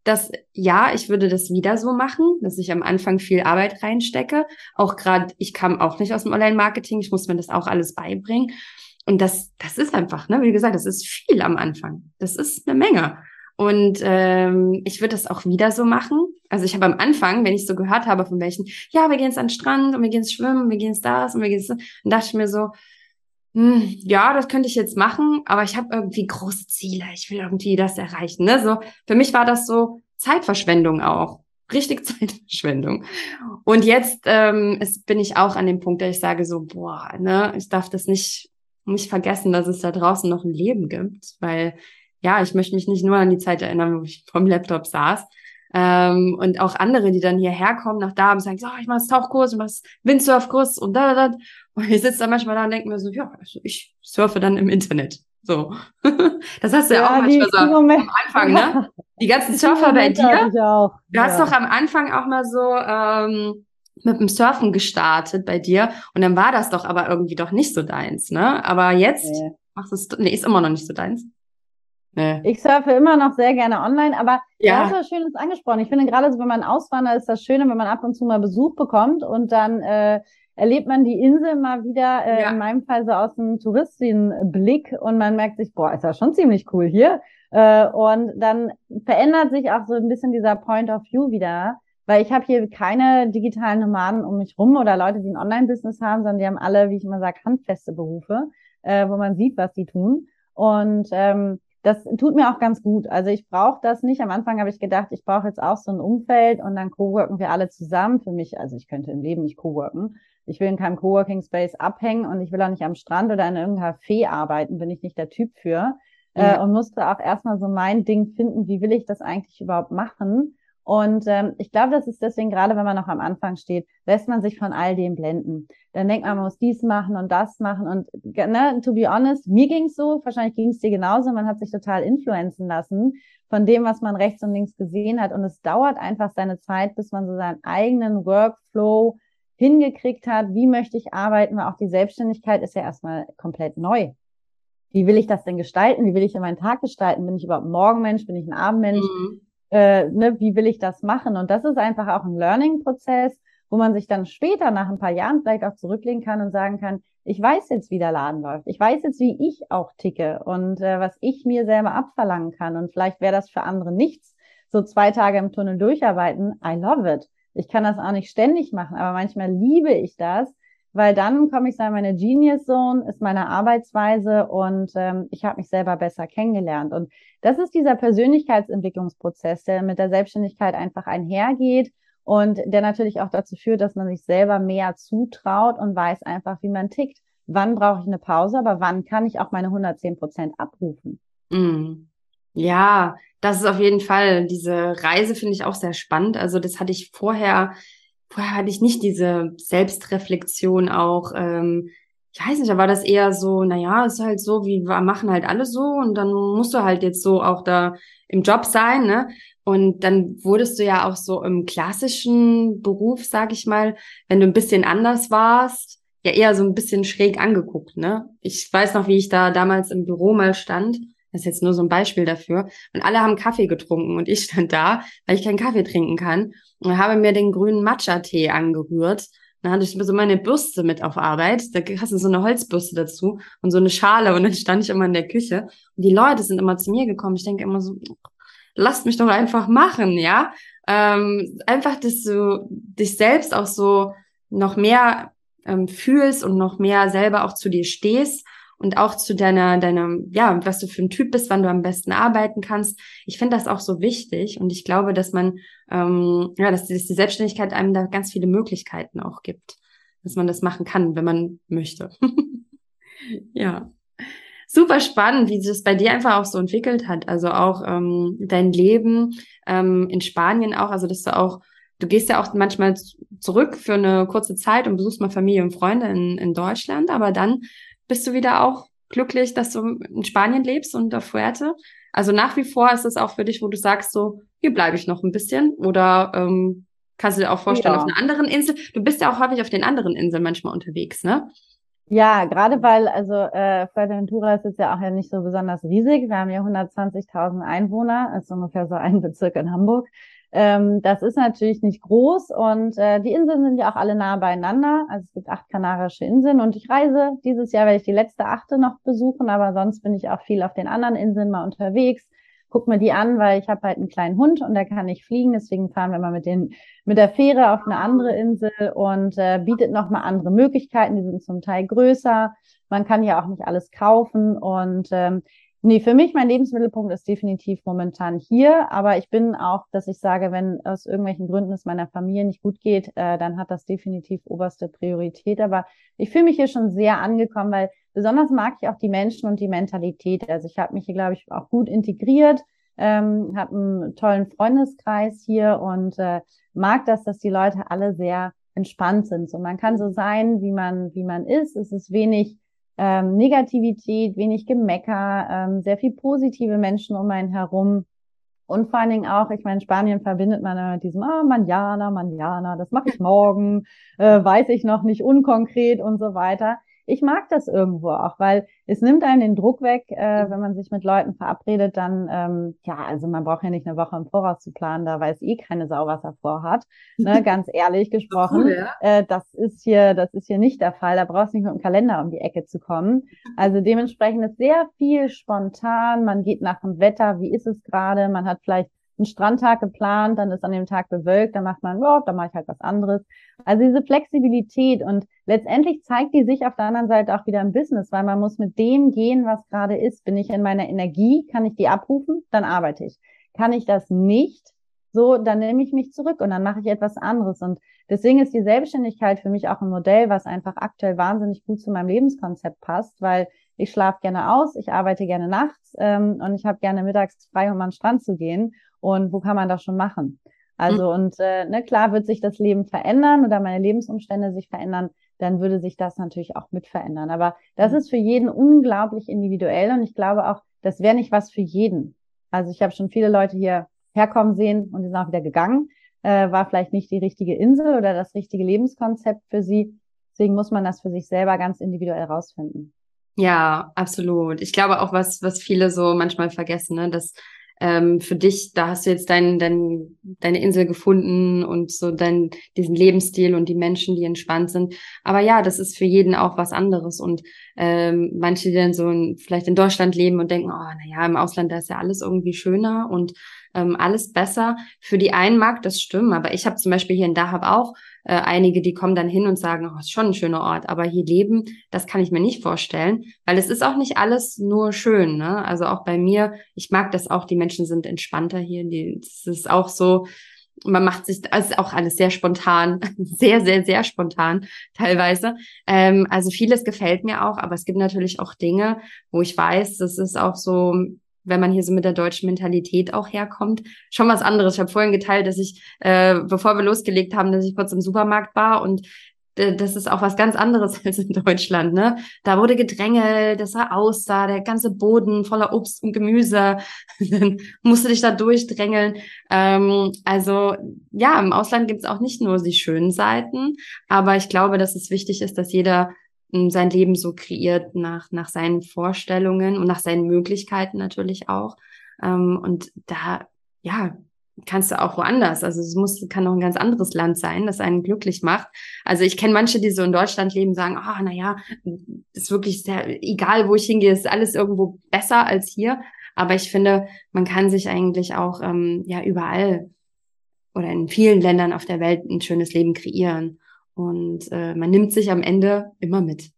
ja, ich würde das wieder so machen, dass ich am Anfang viel Arbeit reinstecke. Auch gerade, ich kam auch nicht aus dem Online-Marketing, ich muss mir das auch alles beibringen. Und das ist einfach, ne, wie gesagt, das ist viel am Anfang. Das ist eine Menge. Und ich würde das auch wieder so machen. Also ich habe am Anfang, wenn ich so gehört habe von welchen, ja, wir gehen jetzt an den Strand und wir gehen jetzt schwimmen, wir gehen jetzt das und wir gehen jetzt das, dann dachte ich mir so, ja, das könnte ich jetzt machen, aber ich habe irgendwie große Ziele. Ich will irgendwie das erreichen. Ne? So, für mich war das so Zeitverschwendung auch. Richtig Zeitverschwendung. Und jetzt bin ich auch an dem Punkt, dass ich sage so, boah, ne, ich darf das nicht vergessen, dass es da draußen noch ein Leben gibt. Weil, ja, ich möchte mich nicht nur an die Zeit erinnern, wo ich vom Laptop saß. Und auch andere, die dann hierher kommen, nach da und sagen, so, ich mache das Tauchkurs, ich mache das Windsurfkurs und da. Und ich sitze dann manchmal da und denke mir so, ja, also ich surfe dann im Internet. So. Das hast du ja auch Ja, manchmal so die Momente, am Anfang, ne? Die ganzen die Surfer bei Momente hatte dir. ich auch. Du hast doch Ja. am Anfang auch mal so mit dem Surfen gestartet bei dir. Und dann war das doch aber irgendwie doch nicht so deins, ne? Aber jetzt Nee. machst du es, nee, ist immer noch nicht so deins. Nee. Ich surfe immer noch sehr gerne online, aber da hast du Ja, was Schönes angesprochen. Ich finde gerade so, wenn man auswandert, ist das Schöne, wenn man ab und zu mal Besuch bekommt und dann erlebt man die Insel mal wieder, in ja, meinem Fall so aus dem Touristinnenblick und man merkt sich, boah, ist das schon ziemlich cool hier. Und dann verändert sich auch so ein bisschen dieser Point of View wieder, weil ich habe hier keine digitalen Nomaden um mich rum oder Leute, die ein Online-Business haben, sondern die haben alle, wie ich immer sage, handfeste Berufe, wo man sieht, was die tun. Und das tut mir auch ganz gut. Also ich brauche das nicht. Am Anfang habe ich gedacht, ich brauche jetzt auch so ein Umfeld und dann coworken wir alle zusammen. Für mich, also ich könnte im Leben nicht coworken. Ich will in keinem Coworking Space abhängen und ich will auch nicht am Strand oder in irgendeinem Café arbeiten, bin ich nicht der Typ für. ja, Und musste auch erstmal so mein Ding finden, wie will ich das eigentlich überhaupt machen? Und ich glaube, das ist deswegen, gerade wenn man noch am Anfang steht, lässt man sich von all dem blenden. Dann denkt man muss dies machen und das machen. Und ne, to be honest, mir ging's so, wahrscheinlich ging's dir genauso. Man hat sich total influenzen lassen von dem, was man rechts und links gesehen hat. Und es dauert einfach seine Zeit, bis man so seinen eigenen Workflow hingekriegt hat. Wie möchte ich arbeiten? Weil auch die Selbstständigkeit ist ja erstmal komplett neu. Wie will ich das denn gestalten? Wie will ich denn meinen Tag gestalten? Bin ich überhaupt ein Morgenmensch? Bin ich ein Abendmensch? Mhm. Ne, wie will ich das machen? Und das ist einfach auch ein Learning-Prozess, wo man sich dann später nach ein paar Jahren vielleicht auch zurücklehnen kann und sagen kann, ich weiß jetzt, wie der Laden läuft. Ich weiß jetzt, wie ich auch ticke und was ich mir selber abverlangen kann. Und vielleicht wäre das für andere nichts. So 2 Tage im Tunnel durcharbeiten. I love it. Ich kann das auch nicht ständig machen, aber manchmal liebe ich das, weil dann komme ich so in meine Genius Zone, ist meine Arbeitsweise und ich habe mich selber besser kennengelernt. Und das ist dieser Persönlichkeitsentwicklungsprozess, der mit der Selbstständigkeit einfach einhergeht und der natürlich auch dazu führt, dass man sich selber mehr zutraut und weiß einfach, wie man tickt. Wann brauche ich eine Pause, aber wann kann ich auch meine 110% abrufen? Mhm. Ja, das ist auf jeden Fall, diese Reise finde ich auch sehr spannend. Also das hatte ich vorher hatte ich nicht diese Selbstreflexion auch, ich weiß nicht, da war das eher so, naja, ist halt so, wie wir machen halt alle so und dann musst du halt jetzt so auch da im Job sein, ne? Und dann wurdest du ja auch so im klassischen Beruf, sag ich mal, wenn du ein bisschen anders warst, ja eher so ein bisschen schräg angeguckt, ne? Ich weiß noch, wie ich da damals im Büro mal stand. Das ist jetzt nur so ein Beispiel dafür. Und alle haben Kaffee getrunken und ich stand da, weil ich keinen Kaffee trinken kann und habe mir den grünen Matcha-Tee angerührt. Dann hatte ich so meine Bürste mit auf Arbeit. Da hast du so eine Holzbürste dazu und so eine Schale und dann stand ich immer in der Küche. Und die Leute sind immer zu mir gekommen. Ich denke immer so, lasst mich doch einfach machen, ja. Einfach, dass du dich selbst auch so noch mehr fühlst und noch mehr selber auch zu dir stehst und auch zu ja, was du für ein Typ bist, wann du am besten arbeiten kannst. Ich finde das auch so wichtig und ich glaube, dass man, ja, dass die Selbstständigkeit einem da ganz viele Möglichkeiten auch gibt, dass man das machen kann, wenn man möchte. Ja. Super spannend, wie sich das bei dir einfach auch so entwickelt hat. Also auch dein Leben in Spanien auch, also dass du auch, du gehst ja auch manchmal zurück für eine kurze Zeit und besuchst mal Familie und Freunde in Deutschland, aber dann bist du wieder auch glücklich, dass du in Spanien lebst und auf Fuerte. Also nach wie vor ist es auch für dich, wo du sagst, so, hier bleibe ich noch ein bisschen oder kannst du dir auch vorstellen, auf Ja. einer anderen Insel? Du bist ja auch häufig auf den anderen Inseln manchmal unterwegs, ne? Ja, gerade weil, also Fuerteventura ist jetzt ja auch ja nicht so besonders riesig. Wir haben ja 120.000 Einwohner, also ungefähr so ein Bezirk in Hamburg. Das ist natürlich nicht groß und die Inseln sind ja auch alle nah beieinander. Also es gibt 8 kanarische Inseln und ich reise. Dieses Jahr werde ich die letzte 8. noch besuchen, aber sonst bin ich auch viel auf den anderen Inseln mal unterwegs. Guck mir die an, weil ich habe halt einen kleinen Hund und der kann nicht fliegen. Deswegen fahren wir mal mit der Fähre auf eine andere Insel und bietet nochmal andere Möglichkeiten. Die sind zum Teil größer. Man kann ja auch nicht alles kaufen. Und nee, für mich, mein Lebensmittelpunkt ist definitiv momentan hier. Aber ich bin auch, dass ich sage, wenn aus irgendwelchen Gründen es meiner Familie nicht gut geht, dann hat das definitiv oberste Priorität. Aber ich fühle mich hier schon sehr angekommen, weil besonders mag ich auch die Menschen und die Mentalität. Also ich habe mich hier, glaube ich, auch gut integriert, habe einen tollen Freundeskreis hier und mag das, dass die Leute alle sehr entspannt sind. So, man kann so sein, wie man ist. Es ist wenig Negativität, wenig Gemecker, sehr viel positive Menschen um einen herum. Und vor allen Dingen auch, ich meine, Spanien verbindet man mit diesem, manjana, das mache ich morgen, weiß ich noch nicht, unkonkret und so weiter. Ich mag das irgendwo auch, weil es nimmt einem den Druck weg, wenn man sich mit Leuten verabredet, dann, ja, also man braucht ja nicht eine Woche im Voraus zu planen, da weiß eh keine Sau, was er vorhat, ne, ganz ehrlich Cool, gesprochen. ja. Das ist hier nicht der Fall, da brauchst du nicht mit dem Kalender um die Ecke zu kommen. Also dementsprechend ist sehr viel spontan. Man geht nach dem Wetter. Wie ist es gerade? Man hat vielleicht einen Strandtag geplant, dann ist an dem Tag bewölkt, dann macht man, ja, dann mache ich halt was anderes. Also diese Flexibilität und letztendlich zeigt die sich auf der anderen Seite auch wieder im Business, weil man muss mit dem gehen, was gerade ist. Bin ich in meiner Energie? Kann ich die abrufen? Dann arbeite ich. Kann ich das nicht? So, dann nehme ich mich zurück und dann mache ich etwas anderes. Und deswegen ist die Selbstständigkeit für mich auch ein Modell, was einfach aktuell wahnsinnig gut zu meinem Lebenskonzept passt, weil ich schlafe gerne aus, ich arbeite gerne nachts und ich habe gerne mittags frei, um an den Strand zu gehen. Und wo kann man das schon machen? Also und klar wird sich das Leben verändern oder meine Lebensumstände sich verändern, dann würde sich das natürlich auch mit verändern. Aber das ist für jeden unglaublich individuell und ich glaube auch, das wäre nicht was für jeden. Also ich habe schon viele Leute hier herkommen sehen und die sind auch wieder gegangen. War vielleicht nicht die richtige Insel oder das richtige Lebenskonzept für sie. Deswegen muss man das für sich selber ganz individuell rausfinden. Ja, absolut. Ich glaube auch, was viele so manchmal vergessen, ne, dass für dich, da hast du jetzt deine Insel gefunden und so diesen Lebensstil und die Menschen, die entspannt sind. Aber ja, das ist für jeden auch was anderes. Und manche, die dann vielleicht in Deutschland leben und denken, oh, naja, im Ausland, da ist ja alles irgendwie schöner und alles besser. Für die einen mag das stimmen, aber ich habe zum Beispiel hier in Dahab auch einige, die kommen dann hin und sagen, oh, ist schon ein schöner Ort, aber hier leben, das kann ich mir nicht vorstellen, weil es ist auch nicht alles nur schön, ne? Also auch bei mir, ich mag das auch, die Menschen sind entspannter hier, das ist auch so, man macht sich, es ist auch alles sehr spontan, sehr, sehr, sehr spontan teilweise. Also vieles gefällt mir auch, aber es gibt natürlich auch Dinge, wo ich weiß, das ist auch so, wenn man hier so mit der deutschen Mentalität auch herkommt, schon was anderes. Ich habe vorhin geteilt, dass ich, bevor wir losgelegt haben, dass ich kurz im Supermarkt war und das ist auch was ganz anderes als in Deutschland, ne? Da wurde gedrängelt, das sah aussah, der ganze Boden voller Obst und Gemüse. Dann musst du dich da durchdrängeln. Also ja, im Ausland gibt's auch nicht nur die schönen Seiten, aber ich glaube, dass es wichtig ist, dass jeder sein Leben so kreiert nach seinen Vorstellungen und nach seinen Möglichkeiten natürlich auch. Und da, ja, kannst du auch woanders. Also kann auch ein ganz anderes Land sein, das einen glücklich macht. Also ich kenne manche, die so in Deutschland leben, sagen, ah, na ja, ist wirklich sehr, egal wo ich hingehe, ist alles irgendwo besser als hier. Aber ich finde, man kann sich eigentlich auch ja überall oder in vielen Ländern auf der Welt ein schönes Leben kreieren. Und man nimmt sich am Ende immer mit.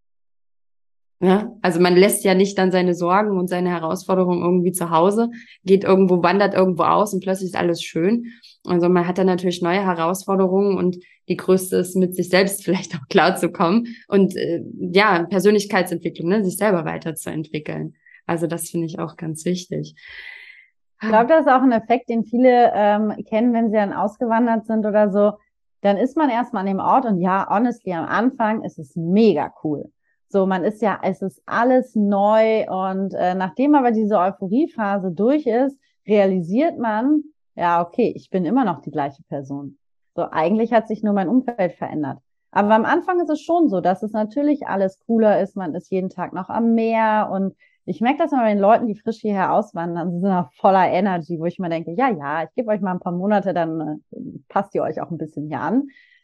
Ja, also man lässt ja nicht dann seine Sorgen und seine Herausforderungen irgendwie zu Hause, geht irgendwo, wandert irgendwo aus und plötzlich ist alles schön. Also man hat dann natürlich neue Herausforderungen und die größte ist, mit sich selbst vielleicht auch klarzukommen und ja, Persönlichkeitsentwicklung, ne, sich selber weiterzuentwickeln. Also das finde ich auch ganz wichtig. Ich glaube, das ist auch ein Effekt, den viele kennen, wenn sie dann ausgewandert sind oder so. Dann ist man erstmal an dem Ort und ja, honestly, am Anfang ist es mega cool. So, man ist ja, es ist alles neu und nachdem aber diese Euphoriephase durch ist, realisiert man, ja, okay, ich bin immer noch die gleiche Person. So, eigentlich hat sich nur mein Umfeld verändert. Aber am Anfang ist es schon so, dass es natürlich alles cooler ist. Man ist jeden Tag noch am Meer und ich merke das immer bei den Leuten, die frisch hierher auswandern, sie sind auch voller Energy, wo ich mir denke, ja, ja, ich gebe euch mal ein paar Monate, dann passt ihr euch auch ein bisschen hier an.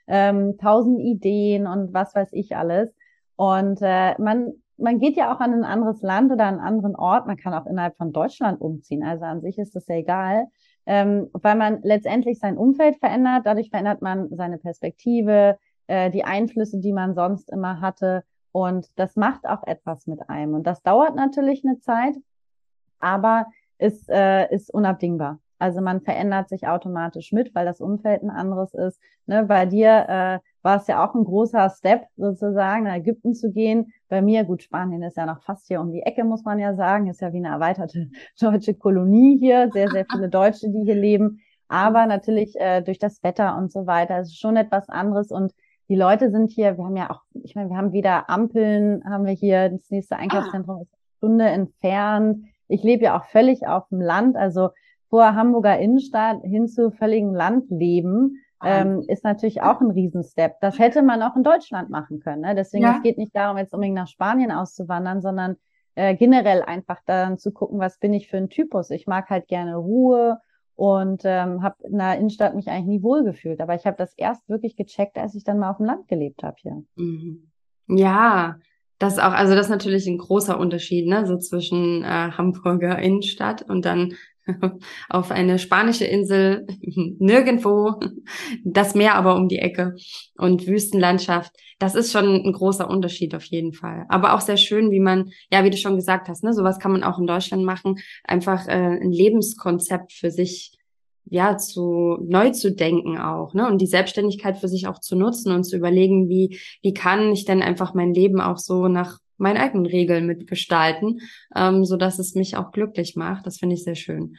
1000 Ideen und was weiß ich alles. Und man geht ja auch an ein anderes Land oder an einen anderen Ort. Man kann auch innerhalb von Deutschland umziehen. Also an sich ist das ja egal, weil man letztendlich sein Umfeld verändert. Dadurch verändert man seine Perspektive, die Einflüsse, die man sonst immer hatte. Und das macht auch etwas mit einem. Und das dauert natürlich eine Zeit, aber ist unabdingbar. Also man verändert sich automatisch mit, weil das Umfeld ein anderes ist. Ne, bei dir war es ja auch ein großer Step, sozusagen nach Ägypten zu gehen. Bei mir, gut, Spanien ist ja noch fast hier um die Ecke, muss man ja sagen. Ist ja wie eine erweiterte deutsche Kolonie hier. Sehr, sehr viele Deutsche, die hier leben. Aber natürlich durch das Wetter und so weiter ist es schon etwas anderes. Und die Leute sind hier, wir haben ja auch, ich meine, wir haben wieder Ampeln, haben wir hier, das nächste Einkaufszentrum ist eine Stunde entfernt. Ich lebe ja auch völlig auf dem Land, also vor Hamburger Innenstadt hin zu völligen Landleben ist natürlich auch ein Riesenstep. Das hätte man auch in Deutschland machen können. Ne? Deswegen, es geht nicht darum, jetzt unbedingt nach Spanien auszuwandern, sondern generell einfach dann zu gucken, was bin ich für ein Typus. Ich mag halt gerne Ruhe und habe in der Innenstadt mich eigentlich nie wohlgefühlt. Aber ich habe das erst wirklich gecheckt, als ich dann mal auf dem Land gelebt habe hier. Mhm. Ja, das auch, also das ist natürlich ein großer Unterschied, ne, so zwischen Hamburger Innenstadt und dann auf eine spanische Insel, nirgendwo, das Meer aber um die Ecke und Wüstenlandschaft. Das ist schon ein großer Unterschied auf jeden Fall. Aber auch sehr schön, wie man, ja, wie du schon gesagt hast, ne, sowas kann man auch in Deutschland machen, einfach ein Lebenskonzept für sich ja, neu zu denken auch, ne? Und die Selbstständigkeit für sich auch zu nutzen und zu überlegen, wie kann ich denn einfach mein Leben auch so nach meinen eigenen Regeln mitgestalten, so dass es mich auch glücklich macht. Das finde ich sehr schön.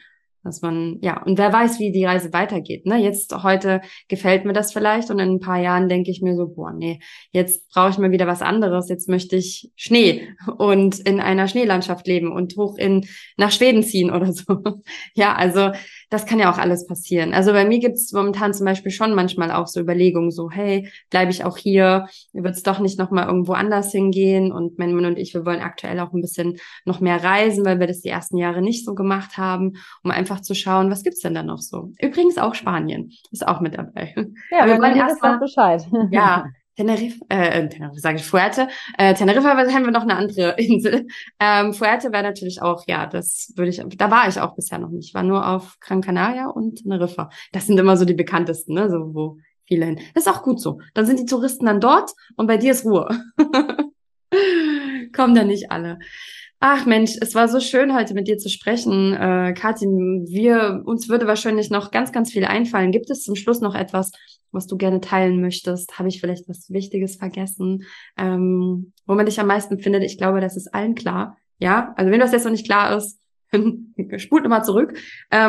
Dass man, ja, und wer weiß, wie die Reise weitergeht, ne? Jetzt, heute gefällt mir das vielleicht und in ein paar Jahren denke ich mir so, boah, nee, jetzt brauche ich mal wieder was anderes. Jetzt möchte ich Schnee und in einer Schneelandschaft leben und nach Schweden ziehen oder so. Ja, also das kann ja auch alles passieren. Also bei mir gibt es momentan zum Beispiel schon manchmal auch so Überlegungen, so, hey, bleibe ich auch hier? Wird es doch nicht nochmal irgendwo anders hingehen? Und mein Mann und ich, wir wollen aktuell auch ein bisschen noch mehr reisen, weil wir das die ersten Jahre nicht so gemacht haben, um einfach zu schauen, was gibt's denn da noch so? Übrigens auch Spanien ist auch mit dabei. Ja, Aber wir wenn du wollen liebst, sag erstmal, Bescheid. ja, Tenerife sage ich, Fuerte. Teneriffa haben wir noch eine andere Insel. Fuerte wäre natürlich auch, ja, da war ich auch bisher noch nicht. Ich war nur auf Gran Canaria und Teneriffa. Das sind immer so die bekanntesten, ne, so, wo viele hin. Das ist auch gut so. Dann sind die Touristen dann dort und bei dir ist Ruhe. Kommen da nicht alle. Ach Mensch, es war so schön, heute mit dir zu sprechen. Kathi, uns würde wahrscheinlich noch ganz, ganz viel einfallen. Gibt es zum Schluss noch etwas, was du gerne teilen möchtest? Habe ich vielleicht was Wichtiges vergessen? Wo man dich am meisten findet? Ich glaube, das ist allen klar. Ja, also wenn das jetzt noch nicht klar ist, spult nochmal zurück.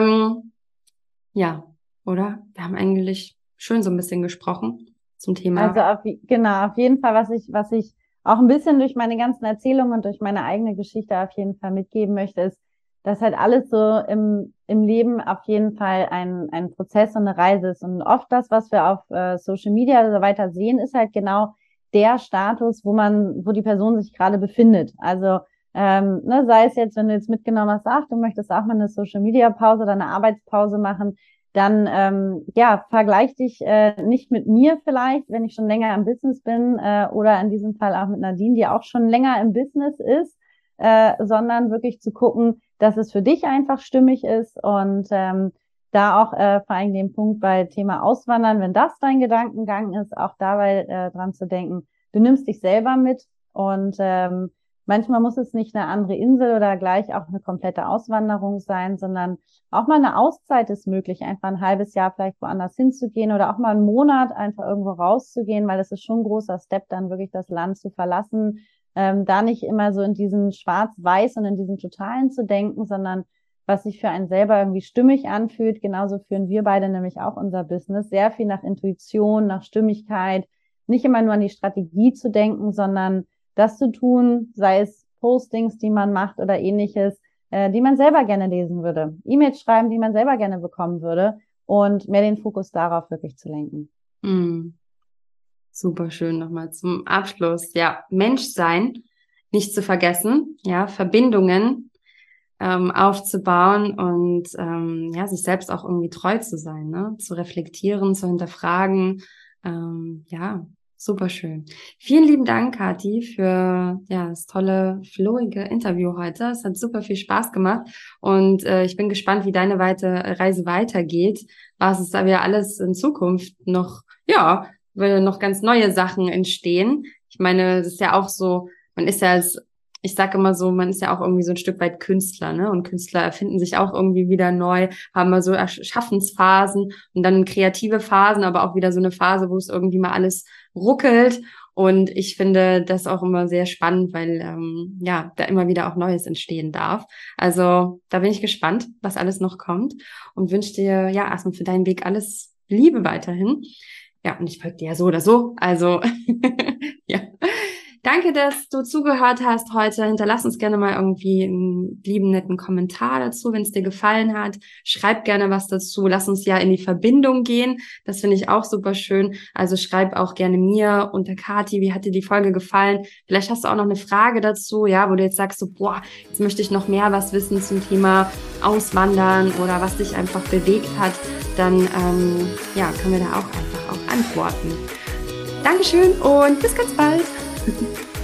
Ja, oder? Wir haben eigentlich schön so ein bisschen gesprochen zum Thema. Also genau, auf jeden Fall, was ich auch ein bisschen durch meine ganzen Erzählungen und durch meine eigene Geschichte auf jeden Fall mitgeben möchte, ist, dass halt alles so im Leben auf jeden Fall ein Prozess und eine Reise ist. Und oft das, was wir auf Social Media oder so weiter sehen, ist halt genau der Status, wo die Person sich gerade befindet. Also ne, sei es jetzt, wenn du jetzt mitgenommen hast, ach, du möchtest auch mal eine Social Media Pause oder eine Arbeitspause machen, dann ja, vergleich dich nicht mit mir vielleicht, wenn ich schon länger im Business bin oder in diesem Fall auch mit Nadine, die auch schon länger im Business ist, sondern wirklich zu gucken, dass es für dich einfach stimmig ist und da auch vor allem den Punkt bei Thema Auswandern, wenn das dein Gedankengang ist, auch dabei dran zu denken, du nimmst dich selber mit und manchmal muss es nicht eine andere Insel oder gleich auch eine komplette Auswanderung sein, sondern auch mal eine Auszeit ist möglich, einfach ein halbes Jahr vielleicht woanders hinzugehen oder auch mal einen Monat einfach irgendwo rauszugehen, weil das ist schon ein großer Step, dann wirklich das Land zu verlassen, da nicht immer so in diesen Schwarz-Weiß und in diesen Totalen zu denken, sondern was sich für einen selber irgendwie stimmig anfühlt. Genauso führen wir beide nämlich auch unser Business. Sehr viel nach Intuition, nach Stimmigkeit, nicht immer nur an die Strategie zu denken, sondern das zu tun, sei es Postings, die man macht oder ähnliches, die man selber gerne lesen würde. E-Mails schreiben, die man selber gerne bekommen würde und mehr den Fokus darauf wirklich zu lenken. Super schön nochmal zum Abschluss. Ja, Mensch sein, nicht zu vergessen, ja, Verbindungen aufzubauen und ja, sich selbst auch irgendwie treu zu sein, ne? Zu reflektieren, zu hinterfragen. Ja, super schön. Vielen lieben Dank, Kathi, für ja das tolle, flowige Interview heute. Es hat super viel Spaß gemacht und ich bin gespannt, wie deine Reise weitergeht. Was ist da wieder alles in Zukunft noch, ja, weil noch ganz neue Sachen entstehen. Ich meine, das ist ja auch so, ich sage immer so, man ist ja auch irgendwie so ein Stück weit Künstler, ne? Und Künstler erfinden sich auch irgendwie wieder neu, haben mal so Schaffensphasen und dann kreative Phasen, aber auch wieder so eine Phase, wo es irgendwie mal alles ruckelt. Und ich finde das auch immer sehr spannend, weil ja, da immer wieder auch Neues entstehen darf. Also da bin ich gespannt, was alles noch kommt und wünsche dir ja erstmal für deinen Weg alles Liebe weiterhin. Ja, und ich folge dir ja so oder so. Also ja. Danke, dass du zugehört hast heute. Hinterlass uns gerne mal irgendwie einen lieben, netten Kommentar dazu, wenn es dir gefallen hat. Schreib gerne was dazu. Lass uns ja in die Verbindung gehen. Das finde ich auch super schön. Also schreib auch gerne mir unter Kathi, wie hat dir die Folge gefallen? Vielleicht hast du auch noch eine Frage dazu, ja, wo du jetzt sagst so, boah, jetzt möchte ich noch mehr was wissen zum Thema Auswandern oder was dich einfach bewegt hat. Dann ja, können wir da auch einfach auch antworten. Dankeschön und bis ganz bald.